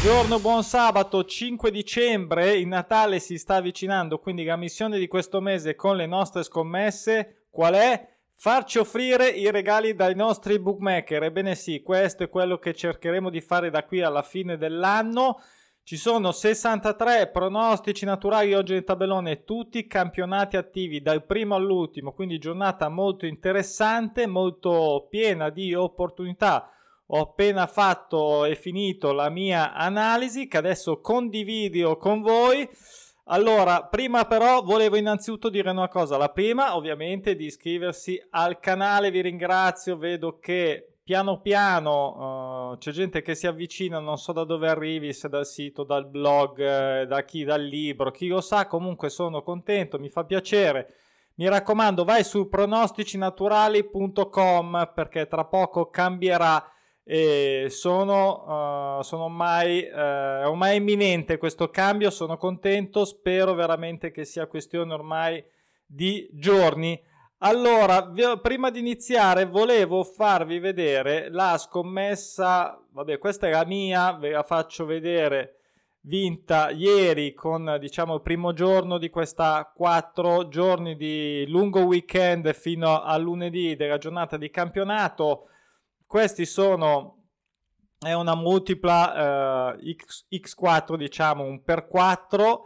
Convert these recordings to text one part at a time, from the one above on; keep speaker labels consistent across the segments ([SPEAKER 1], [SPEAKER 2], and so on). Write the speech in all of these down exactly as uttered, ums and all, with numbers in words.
[SPEAKER 1] Buongiorno, buon sabato, cinque dicembre, il Natale si sta avvicinando, quindi la missione di questo mese con le nostre scommesse qual è? Farci offrire i regali dai nostri bookmaker. Ebbene sì, questo è quello che cercheremo di fare da qui alla fine dell'anno. Ci sono sessantatré pronostici naturali oggi nel tabellone, tutti campionati attivi dal primo all'ultimo, quindi giornata molto interessante, molto piena di opportunità. Ho appena fatto e finito la mia analisi che adesso condivido con voi. Allora, prima però volevo innanzitutto dire una cosa. La prima, ovviamente, di iscriversi al canale. Vi ringrazio, vedo che piano piano uh, c'è gente che si avvicina, non so da dove arrivi, se dal sito, dal blog, eh, da chi, dal libro, chi lo sa. Comunque sono contento, mi fa piacere. Mi raccomando, vai su pronostici naturali punto com perché tra poco cambierà. E sono, uh, sono ormai, uh, ormai imminente questo cambio, sono contento, spero veramente che sia questione ormai di giorni. Allora, vi, prima di iniziare volevo farvi vedere la scommessa, vabbè questa è la mia, ve la faccio vedere, vinta ieri con diciamo il primo giorno di questa quattro giorni di lungo weekend fino a lunedì della giornata di campionato. Questi sono, è una multipla uh, X, X quattro, diciamo un per quattro,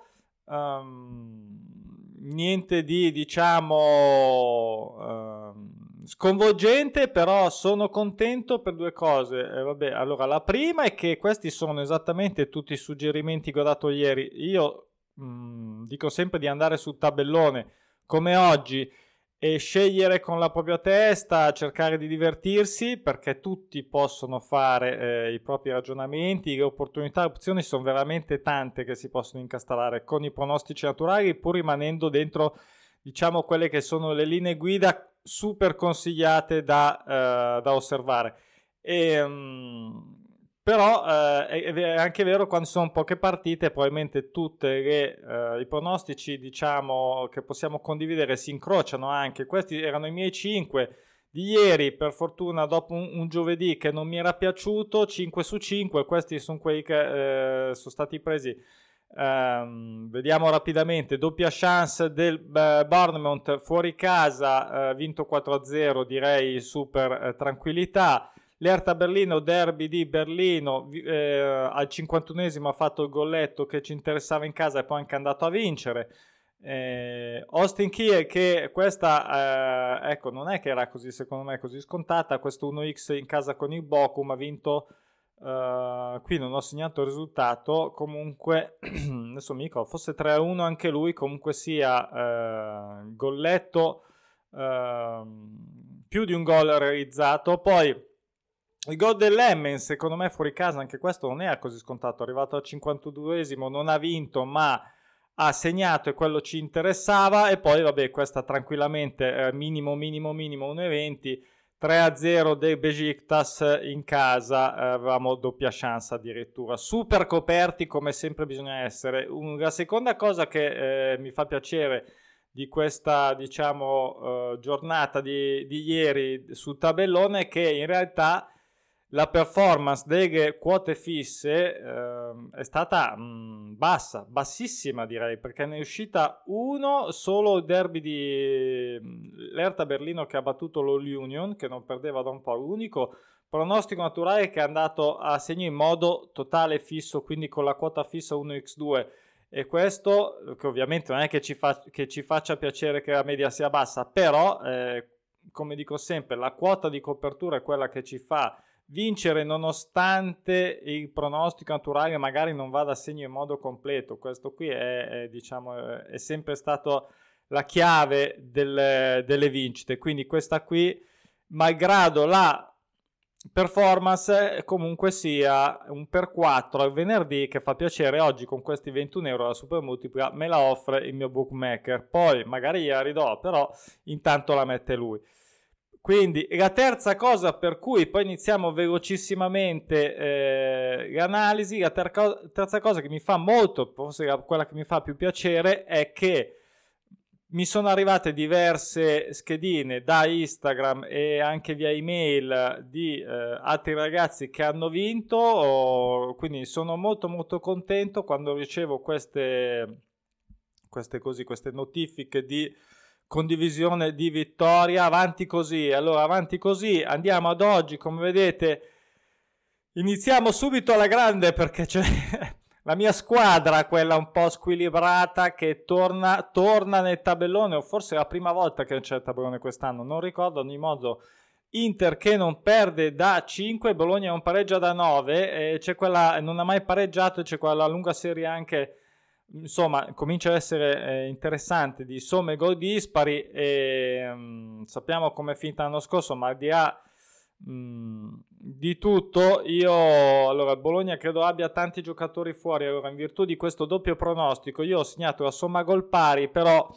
[SPEAKER 1] um, niente di diciamo uh, sconvolgente, però sono contento per due cose. Eh, vabbè, allora la prima è che questi sono esattamente tutti i suggerimenti che ho dato ieri. Io mh, dico sempre di andare sul tabellone come oggi e scegliere con la propria testa, cercare di divertirsi, perché tutti possono fare eh, i propri ragionamenti, le opportunità, le opzioni sono veramente tante che si possono incastrare con i pronostici naturali, pur rimanendo dentro diciamo quelle che sono le linee guida super consigliate da, eh, da osservare. E, um, però eh, è, è anche vero, quando sono poche partite probabilmente tutte le eh, i pronostici diciamo che possiamo condividere si incrociano. Anche questi erano i miei cinque di ieri, per fortuna dopo un, un giovedì che non mi era piaciuto, cinque su cinque, questi sono quelli che eh, sono stati presi. Um, vediamo rapidamente: doppia chance del uh, Bournemouth fuori casa, uh, vinto quattro a zero, direi super uh, tranquillità. L'Hertha Berlino, derby di Berlino, eh, al cinquantunesimo ha fatto il golletto che ci interessava in casa e poi anche andato a vincere. Eh, Austin Kiel, che questa eh, ecco non è che era così, secondo me così scontata, questo uno x in casa con il Bochum ha vinto. Uh, qui non ho segnato il risultato, comunque adesso mi ricordo, forse tre a uno anche lui, comunque sia uh, golletto, uh, più di un gol realizzato. Poi il gol dell'Emmen, secondo me fuori casa, anche questo non era così scontato, è arrivato al cinquantaduesimo, non ha vinto ma ha segnato e quello ci interessava. E poi vabbè, questa tranquillamente eh, minimo minimo minimo uno virgola venti, tre a zero del Besiktas in casa, eh, avevamo doppia chance addirittura, super coperti come sempre bisogna essere. Un, la seconda cosa che eh, mi fa piacere di questa diciamo uh, giornata di, di ieri sul tabellone è che in realtà la performance delle quote fisse eh, è stata mh, bassa, bassissima direi, perché ne è uscita uno solo il derby di l'Hertha Berlino che ha battuto l'All Union, che non perdeva da un po', l'unico pronostico naturale che è andato a segno in modo totale fisso, quindi con la quota fissa uno virgola due. E questo, che ovviamente non è che ci, fa, che ci faccia piacere che la media sia bassa, però eh, come dico sempre, la quota di copertura è quella che ci fa vincere nonostante il pronostico naturale magari non vada a segno in modo completo. Questo qui è, è, diciamo, è sempre stato la chiave del, delle vincite, quindi questa qui, malgrado la performance, comunque sia un per quattro al venerdì che fa piacere. Oggi con questi ventuno euro la super multipla me la offre il mio bookmaker, poi magari gliela ridò, però intanto la mette lui. Quindi la terza cosa per cui poi iniziamo velocissimamente eh, l'analisi, la ter- terza cosa che mi fa molto, forse quella che mi fa più piacere, è che Mi sono arrivate diverse schedine da Instagram e anche via email di eh, altri ragazzi che hanno vinto, oh, quindi sono molto molto contento quando ricevo queste, queste, così, queste notifiche di condivisione di vittoria. Avanti così, allora avanti così, andiamo ad oggi, come vedete iniziamo subito alla grande perché c'è... La mia squadra, quella un po' squilibrata, che torna, torna nel tabellone, o forse è la prima volta che c'è il tabellone quest'anno, non ricordo. Ad ogni modo, Inter che non perde da cinque, Bologna non pareggia da nove, e c'è quella, non ha mai pareggiato, e c'è quella lunga serie anche, insomma, comincia ad essere eh, interessante, di somme gol dispari, e um, sappiamo come è finita l'anno scorso, ma al di là Mm, di tutto, io allora Bologna credo abbia tanti giocatori fuori. Allora, in virtù di questo doppio pronostico, io ho segnato la somma gol pari, però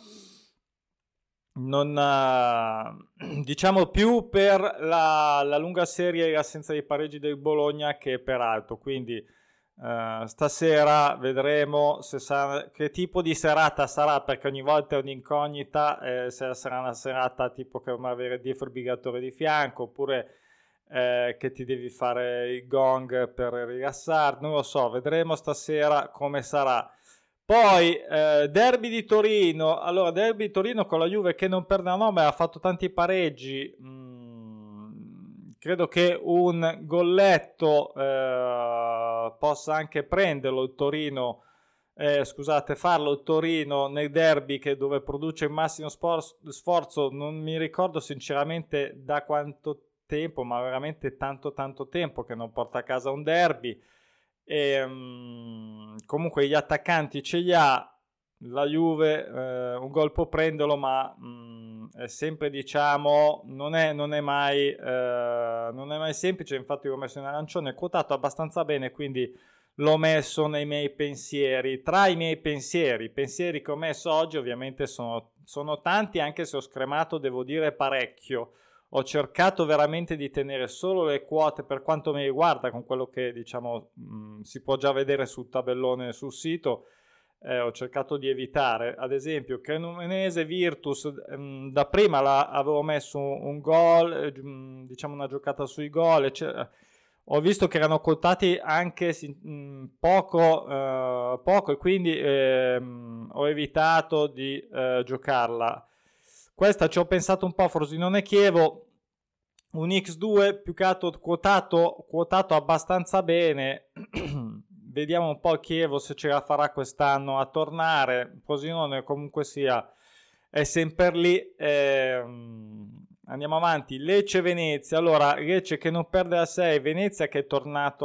[SPEAKER 1] non uh, diciamo più per la, la lunga serie e l'assenza di pareggi del Bologna che per altro. Quindi uh, stasera vedremo se sarà, che tipo di serata sarà, perché ogni volta è un'incognita eh, se sarà una serata tipo che come avere dietro il bigatore di fianco, oppure Eh, che ti devi fare il gong per rilassarti, non lo so, vedremo stasera come sarà. Poi eh, derby di Torino. Allora, derby di Torino con la Juve che non perde la nome, ha fatto tanti pareggi. Mm, credo che un golletto eh, possa anche prenderlo il Torino, eh, scusate, farlo il Torino nel derby, che dove produce il massimo sforzo. Non mi ricordo sinceramente da quanto tempo, ma veramente tanto tanto tempo che non porta a casa un derby. E, um, comunque gli attaccanti ce li ha la Juve, eh, un gol può prenderlo, ma um, è sempre, diciamo, non è, non è mai eh, non è mai semplice. Infatti l'ho messo in arancione, è quotato abbastanza bene, quindi l'ho messo nei miei pensieri. Tra i miei pensieri pensieri che ho messo oggi ovviamente sono, sono tanti, anche se ho scremato, devo dire, parecchio. Ho cercato veramente di tenere solo le quote per quanto mi riguarda, con quello che, diciamo, mh, si può già vedere sul tabellone sul sito. Eh, ho cercato di evitare, ad esempio, Cremonese Virtus, mh, da prima la, avevo messo un, un gol, eh, diciamo una giocata sui gol, eccetera. Ho visto che erano quotati anche mh, poco, eh, poco, e quindi eh, ho evitato di eh, giocarla. Questa ci ho pensato un po', Frosinone Chievo, un X due più che altro quotato, quotato abbastanza bene. Vediamo un po' Chievo se ce la farà quest'anno a tornare. Frosinone comunque sia è sempre lì. Ehm, andiamo avanti. Lecce Venezia. Allora, Lecce che non perde a sei, Venezia che è tornato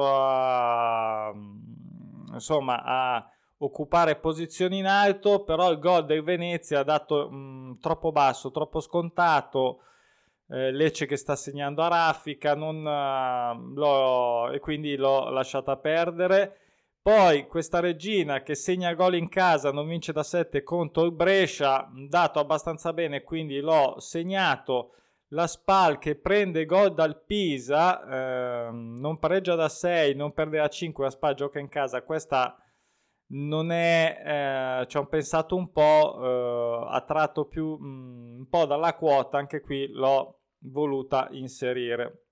[SPEAKER 1] a, insomma, a occupare posizioni in alto, però il gol del Venezia ha dato mh, troppo basso, troppo scontato. eh, Lecce che sta segnando a raffica, non, uh, l'ho, e quindi l'ho lasciata perdere. Poi questa Reggina che segna gol in casa, non vince da sette contro il Brescia, dato abbastanza bene, quindi l'ho segnato. La Spal che prende gol dal Pisa, eh, non pareggia da sei, non perde da cinque, la Spal gioca in casa. Questa non è, eh, ci ho pensato un po', eh, ha tratto più mh, un po' dalla quota, anche qui l'ho voluta inserire.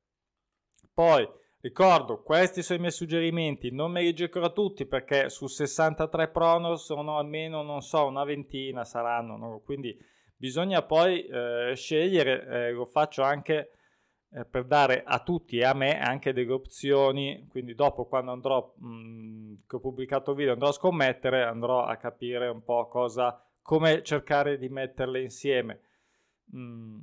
[SPEAKER 1] Poi ricordo, questi sono i miei suggerimenti, non me li giocherò tutti perché su sessantatré prono sono almeno, non so, una ventina saranno, no? Quindi bisogna poi eh, scegliere, eh, lo faccio anche Eh, per dare a tutti e a me anche delle opzioni. Quindi dopo, quando andrò mh, che ho pubblicato il video, andrò a scommettere, andrò a capire un po' cosa, come cercare di metterle insieme. mh.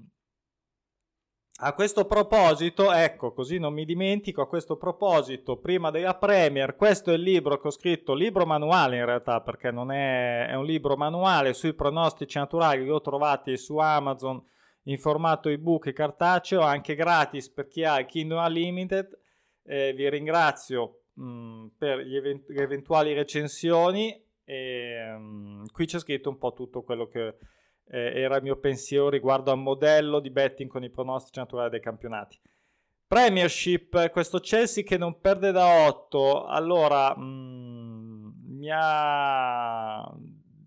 [SPEAKER 1] A questo proposito, ecco, così non mi dimentico, a questo proposito, prima della Premier, questo è il libro che ho scritto, libro manuale in realtà, perché non è, è un libro manuale sui pronostici naturali, li ho trovati su Amazon in formato ebook e cartaceo, anche gratis per chi ha il Kindle Unlimited. Eh, vi ringrazio mh, per gli event- le eventuali recensioni, e mh, qui c'è scritto un po' tutto quello che eh, era il mio pensiero riguardo al modello di betting con i pronostici naturali dei campionati. Premiership, questo Chelsea che non perde da otto. Allora mh, mi ha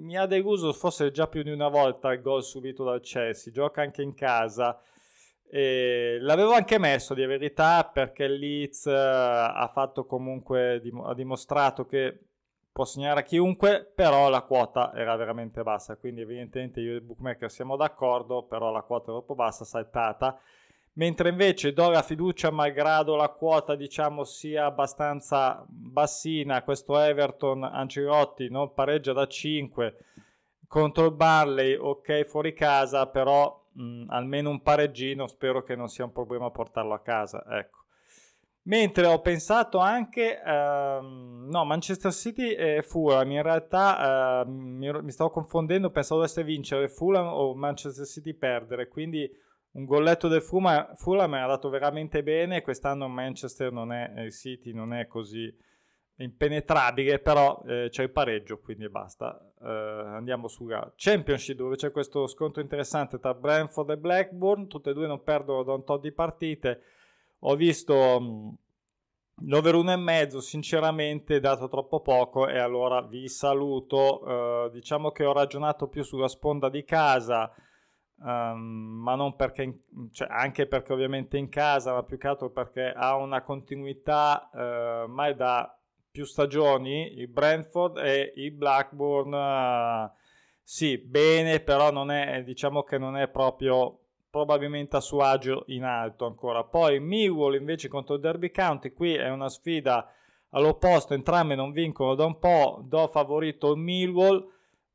[SPEAKER 1] mi ha deluso forse già più di una volta il gol subito dal Chelsea, gioca anche in casa. E l'avevo anche messo di verità, perché il Leeds uh, ha fatto comunque dim- ha dimostrato che può segnare a chiunque, però la quota era veramente bassa, quindi evidentemente io e il bookmaker siamo d'accordo, però la quota è troppo bassa, saltata. Mentre invece do la fiducia, malgrado la quota diciamo sia abbastanza bassina, questo Everton Ancelotti non pareggia da cinque contro il Burnley, ok fuori casa, però mh, almeno un pareggino, spero che non sia un problema portarlo a casa, ecco. Mentre ho pensato anche ehm, no, Manchester City e Fulham, in realtà eh, mi, mi stavo confondendo, pensavo dovesse vincere Fulham o Manchester City perdere, quindi un golletto del Fulham, Fulham mi ha dato veramente bene. Quest'anno Manchester non è, il City non è così impenetrabile, però eh, c'è il pareggio, quindi basta. Eh, andiamo sulla Championship, dove c'è questo scontro interessante tra Brentford e Blackburn, tutte e due non perdono da un tot di partite. Ho visto mh, l'over uno e mezzo, sinceramente dato troppo poco, e allora vi saluto. Eh, diciamo che ho ragionato più sulla sponda di casa, Um, ma non perché in, cioè anche perché ovviamente in casa, ma più che altro perché ha una continuità uh, mai da più stagioni il Brentford, e il Blackburn uh, sì, bene, però non è, diciamo che non è proprio probabilmente a suo agio in alto ancora. Poi Millwall invece contro il Derby County, qui è una sfida all'opposto, entrambe non vincono da un po', do favorito il Millwall.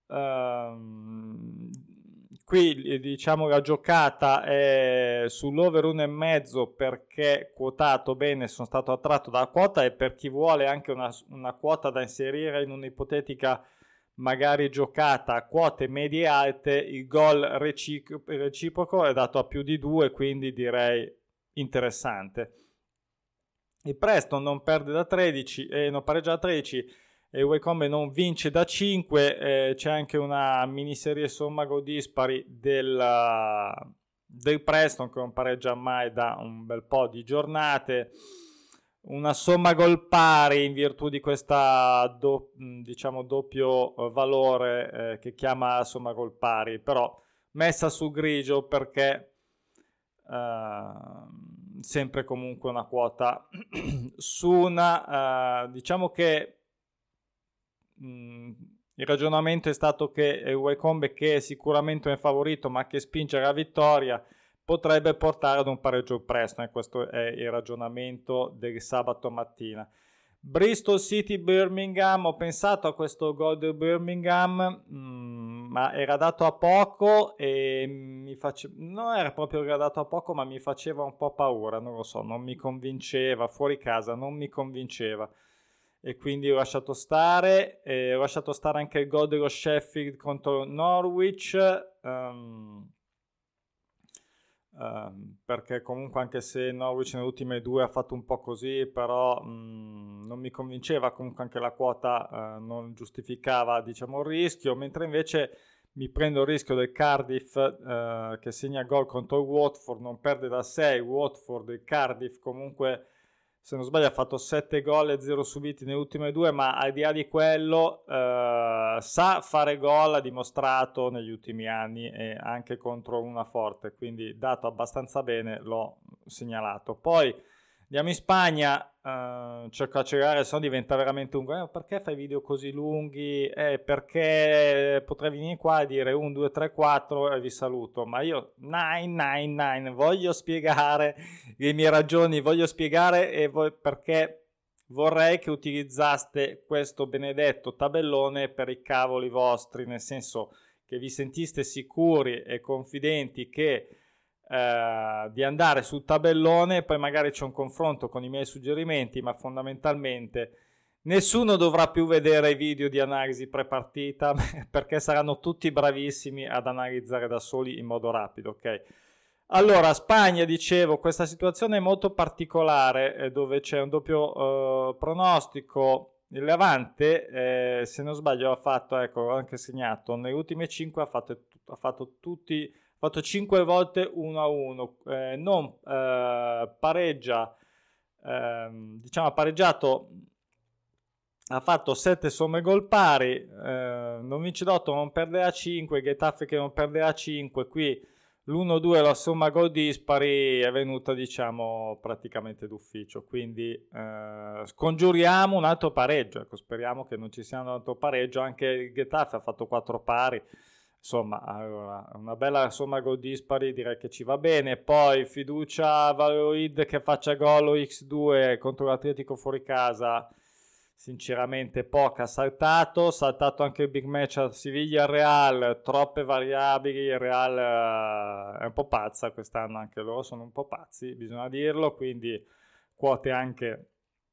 [SPEAKER 1] um, Qui diciamo la giocata è sull'over uno e mezzo, perché quotato bene, sono stato attratto dalla quota, e per chi vuole anche una, una quota da inserire in un'ipotetica magari giocata a quote medie alte, il gol recic- reciproco è dato a più di due, quindi direi interessante. Il Preston non perde da tredici e eh, non pareggia da tredici, e il Wycombe non vince da cinque. Eh, c'è anche una miniserie somma gol dispari del, del Preston, che non pareggia mai da un bel po' di giornate, una somma gol pari in virtù di questa do, diciamo doppio valore eh, che chiama somma gol pari, però messa su grigio perché eh, sempre comunque una quota su una uh, diciamo che mh, il ragionamento è stato che il Wycombe, che è sicuramente un favorito ma che spinge la vittoria, potrebbe portare ad un pareggio presto, e questo è il ragionamento del sabato mattina. Bristol City Birmingham, ho pensato a questo gol del Birmingham, mh, ma era dato a poco e mi faceva, non era proprio era dato a poco, ma mi faceva un po' paura, non lo so, non mi convinceva, fuori casa non mi convinceva, e quindi ho lasciato stare. E ho lasciato stare anche il gol dello Sheffield contro Norwich, um, Uh, perché comunque, anche se Norwich nelle ultime due ha fatto un po' così, però mh, non mi convinceva, comunque anche la quota uh, non giustificava diciamo il rischio, mentre invece mi prendo il rischio del Cardiff uh, che segna gol contro il Watford, non perde da sei. Watford, il Cardiff comunque, se non sbaglio, ha fatto sette gol e zero subiti nelle ultime due, ma al di là di quello eh, sa fare gol, ha dimostrato negli ultimi anni, e anche contro una forte, quindi dato abbastanza bene, l'ho segnalato. Poi andiamo in Spagna, eh, cerco di accelerare, se no diventa veramente lungo. Eh, perché fai video così lunghi? Eh, perché potrei venire qua e dire uno, due, tre, quattro e vi saluto, ma io nove, nove, nove, voglio spiegare le mie ragioni, voglio spiegare e vo- perché vorrei che utilizzaste questo benedetto tabellone per i cavoli vostri, nel senso che vi sentiste sicuri e confidenti che eh, di andare sul tabellone, poi magari c'è un confronto con i miei suggerimenti, ma fondamentalmente nessuno dovrà più vedere i video di analisi prepartita perché saranno tutti bravissimi ad analizzare da soli in modo rapido, ok? Allora, Spagna, dicevo, questa situazione è molto particolare, eh, dove c'è un doppio eh, pronostico. Il Levante, eh, se non sbaglio, ha fatto, ecco, ho anche segnato, nelle ultime cinque ha fatto, ha fatto tutti, ha fatto cinque volte uno a uno, eh, non eh, pareggia, ehm, diciamo ha pareggiato ha fatto sette somme gol pari, eh, non vince d'otto, non perde a cinque, Getafe che non perde a cinque, qui l'uno due, la somma gol dispari è venuta, diciamo, praticamente d'ufficio, quindi eh, scongiuriamo un altro pareggio, ecco, speriamo che non ci sia un altro pareggio, anche il Getafe ha fatto quattro pari, insomma, allora, una bella somma gol dispari direi che ci va bene. Poi fiducia a Valladolid che faccia gol o X due contro l'Atletico fuori casa, sinceramente poca. Saltato, saltato anche il big match a Siviglia-Real, troppe variabili, il Real uh, è un po' pazza quest'anno, anche loro sono un po' pazzi, bisogna dirlo, quindi quote anche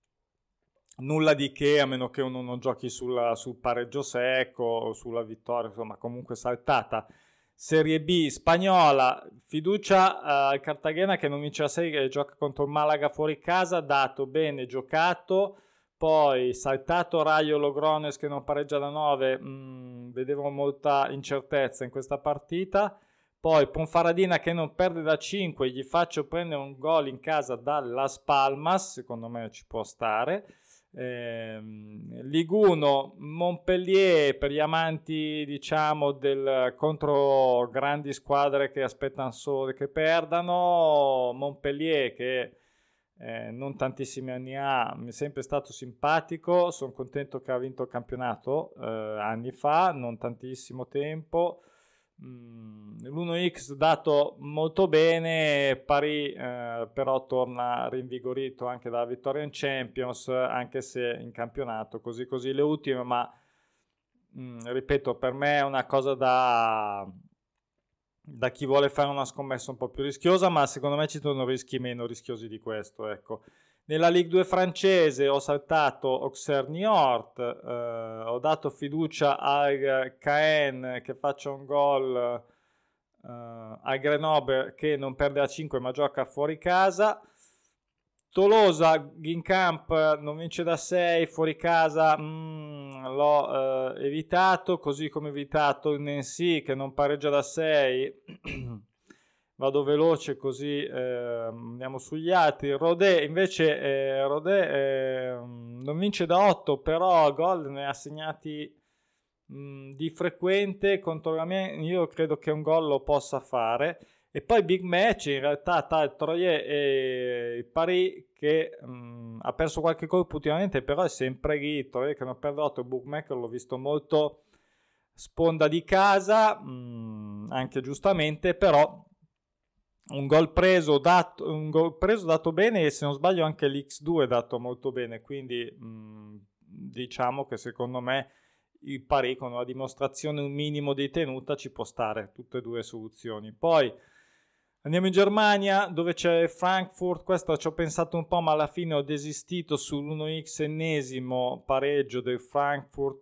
[SPEAKER 1] nulla di che, a meno che uno non giochi sulla, sul pareggio secco o sulla vittoria, insomma comunque saltata. Serie B spagnola, fiducia al uh, Cartagena che non vince la serie, che gioca contro il Malaga fuori casa, dato bene, giocato. Poi saltato Rayo Logrones che non pareggia da nove, mh, vedevo molta incertezza in questa partita. Poi Ponfaradina che non perde da cinque, gli faccio prendere un gol in casa da Las Palmas, secondo me ci può stare. Eh, Liguno Montpellier per gli amanti, diciamo, del contro grandi squadre che aspettano solo che perdano. Montpellier che Eh, non tantissimi anni ha, mi è sempre stato simpatico, sono contento che ha vinto il campionato eh, anni fa, non tantissimo tempo. mm, l'uno X dato molto bene, Paris eh, però torna rinvigorito anche dalla vittoria in Champions, anche se in campionato così così le ultime, ma mm, ripeto, per me è una cosa da da chi vuole fare una scommessa un po' più rischiosa, ma secondo me ci sono rischi meno rischiosi di questo, ecco. Nella Ligue due francese ho saltato Auxerre-Niort, eh, ho dato fiducia al Caen che faccia un gol, eh, al Grenoble che non perde a cinque ma gioca fuori casa. Tolosa, Ginkamp non vince da sei, fuori casa mm, l'ho eh, evitato, così come evitato il Nancy che non pareggia da sei. Vado veloce così eh, andiamo sugli altri. Rodé invece eh, Rodé eh, non vince da otto, però gol ne ha segnati mh, di frequente contro la mia, io credo che un gol lo possa fare. E poi big match in realtà tra il Troyes e il Paris che mh, ha perso qualche colpo ultimamente, però è sempre lì. Il Troyes che non ha perduto, il bookmaker l'ho visto molto sponda di casa, mh, anche giustamente, però un gol preso dato, un gol preso dato bene, e se non sbaglio anche l'X due è dato molto bene, quindi mh, diciamo che secondo me il Paris con una dimostrazione un minimo di tenuta ci può stare, tutte e due soluzioni. Poi andiamo in Germania dove c'è Frankfurt, questo ci ho pensato un po' ma alla fine ho desistito sull'uno X ennesimo pareggio del Frankfurt,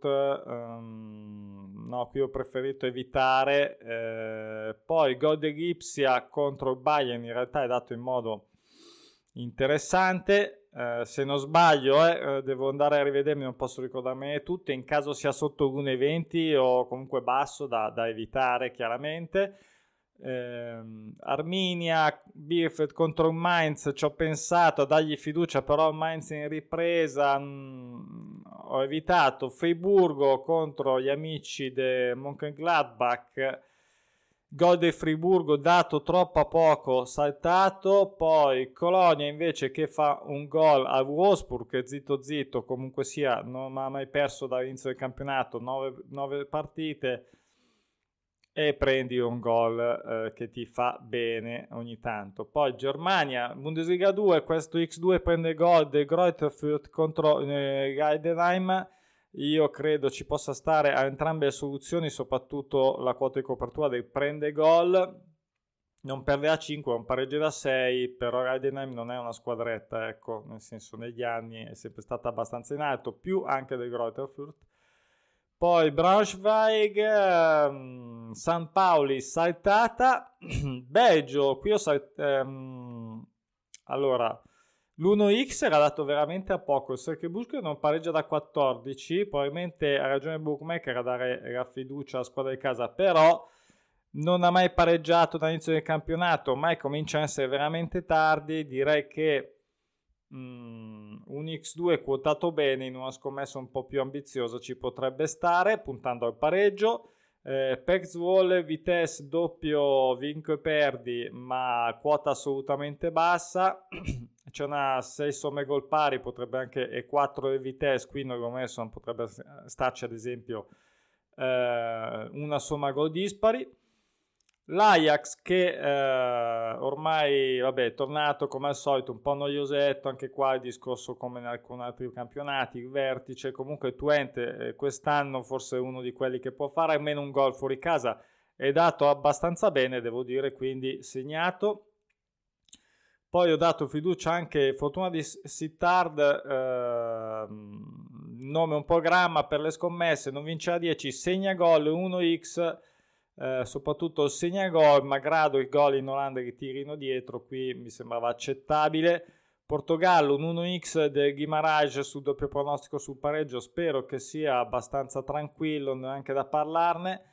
[SPEAKER 1] um, no, qui ho preferito evitare. Eh, poi Golden Lipsia contro il Bayern in realtà è dato in modo interessante, eh, se non sbaglio eh, devo andare a rivedermi, non posso ricordarmi tutte, in caso sia sotto l'uno virgola venti o comunque basso da, da evitare chiaramente. eh, Arminia Bielefeld contro il Mainz, ci ho pensato a dargli fiducia, però il Mainz in ripresa mh, ho evitato. Friburgo contro gli amici del Mönchengladbach, gol del Friburgo dato troppo a poco, saltato. Poi Colonia invece che fa un gol al Wolfsburg che zitto zitto comunque sia non ha mai perso dall'inizio del campionato, nove partite, e prendi un gol eh, che ti fa bene ogni tanto. Poi Germania, Bundesliga due, questo X due prende gol del Greuther Fürth contro eh, Heidenheim. Io credo ci possa stare a entrambe le soluzioni, soprattutto la quota di copertura del prende gol, non perde a cinque, un pareggio da sei, però Heidenheim non è una squadretta, ecco, nel senso negli anni è sempre stata abbastanza in alto, più anche del Greuther Fürth. Poi Braunschweig, ehm, San Pauli saltata, Belgio, qui ho saltato, ehm, allora l'uno X era dato veramente a poco, il Cercle Busch non pareggia da quattordici, probabilmente ha ragione il bookmaker a dare la fiducia alla squadra di casa, però non ha mai pareggiato dall'inizio del campionato, ormai comincia a essere veramente tardi, direi che mm, un X due quotato bene in una scommessa un po' più ambiziosa ci potrebbe stare, puntando al pareggio. eh, Pex Wall Vitesse doppio vinco e perdi, ma quota assolutamente bassa. C'è una sei somme gol pari, potrebbe anche e quattro di Vitesse, qui non l'ho messo, non potrebbe starci ad esempio eh, una somma gol dispari. L'Ajax che eh, ormai vabbè, è tornato come al solito un po' noiosetto, anche qua il discorso come in alcuni altri campionati, il vertice, comunque Twente eh, quest'anno forse è uno di quelli che può fare almeno un gol fuori casa, è dato abbastanza bene devo dire, quindi segnato. Poi ho dato fiducia anche Fortuna di Sittard, eh, nome un po' gramma per le scommesse, non vince a dieci, segna gol uno x, eh, soprattutto il segna gol, malgrado i gol in Olanda che tirino dietro, qui mi sembrava accettabile. Portogallo un uno x del Guimarães sul doppio pronostico sul pareggio, spero che sia abbastanza tranquillo, neanche da parlarne.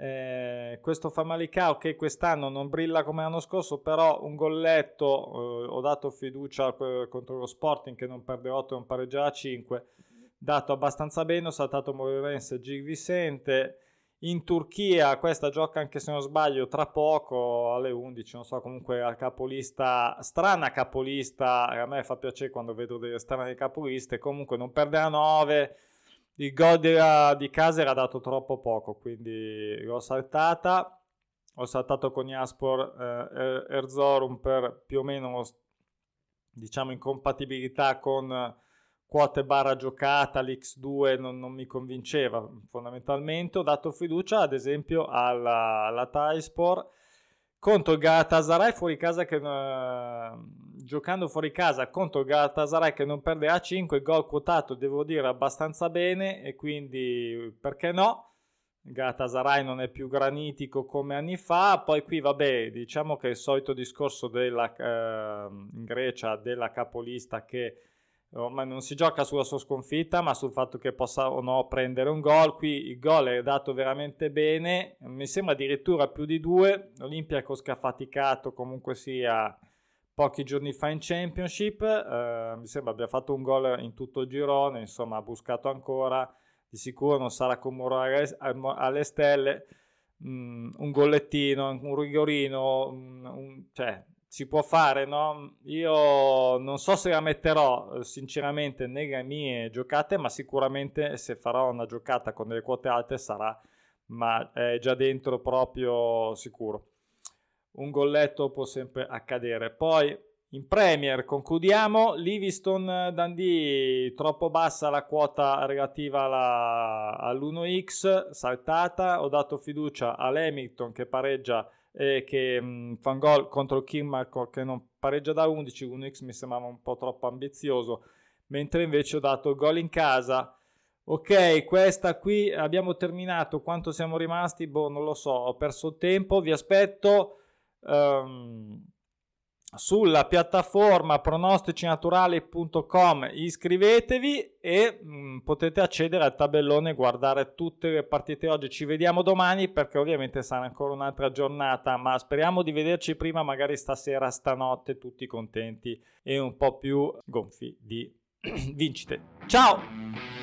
[SPEAKER 1] Eh, questo Famalicão che quest'anno non brilla come l'anno scorso, però un golletto, eh, ho dato fiducia eh, contro lo Sporting che non perde otto e non pareggia a cinque, dato abbastanza bene. Ho saltato Moreirense Gil Vicente. In Turchia questa gioca anche se non sbaglio tra poco alle undici, non so, comunque la capolista, strana capolista, a me fa piacere quando vedo delle strane capoliste, comunque non perde a nove. Il gol di, di casa era dato troppo poco, quindi l'ho saltata. Ho saltato con Jaspor eh, Erzurum per più o meno, diciamo, incompatibilità con quote barra giocata. L'X due non, non mi convinceva fondamentalmente. Ho dato fiducia ad esempio alla, alla Taispor contro il Galatasaray fuori casa che eh, giocando fuori casa contro il Galatasaray che non perde a cinque, il gol quotato devo dire abbastanza bene, e quindi perché no? Il Galatasaray non è più granitico come anni fa. Poi qui vabbè, diciamo che è il solito discorso della, eh, in Grecia della capolista che ormai non si gioca sulla sua sconfitta ma sul fatto che possa o no prendere un gol. Qui il gol è dato veramente bene, mi sembra addirittura più di due. Olympiacos che ha faticato comunque sia pochi giorni fa in Championship, eh, mi sembra abbia fatto un gol in tutto il girone, insomma ha buscato ancora, di sicuro non sarà con Muro alle stelle. mm, un gollettino, un rigorino, un, un, cioè si può fare, no? Io non so se la metterò sinceramente nelle mie giocate, ma sicuramente se farò una giocata con delle quote alte sarà, ma è già dentro proprio sicuro. Un golletto può sempre accadere. Poi in Premier concludiamo. Livingston Dundee troppo bassa la quota relativa alla, all'uno x, saltata. Ho dato fiducia all'Hamilton che pareggia e che mh, fa un gol contro il Kilmarnock che non pareggia da undici. uno x mi sembrava un po' troppo ambizioso, mentre invece ho dato gol in casa. Ok, questa qui abbiamo terminato. Quanto siamo rimasti? Boh, non lo so, ho perso il tempo. Vi aspetto um, sulla piattaforma pronosticinaturali punto com, iscrivetevi e mh, potete accedere al tabellone e guardare tutte le partite oggi. Ci vediamo domani perché ovviamente sarà ancora un'altra giornata, ma speriamo di vederci prima, magari stasera, stanotte, tutti contenti e un po' più gonfi di vincite. Ciao!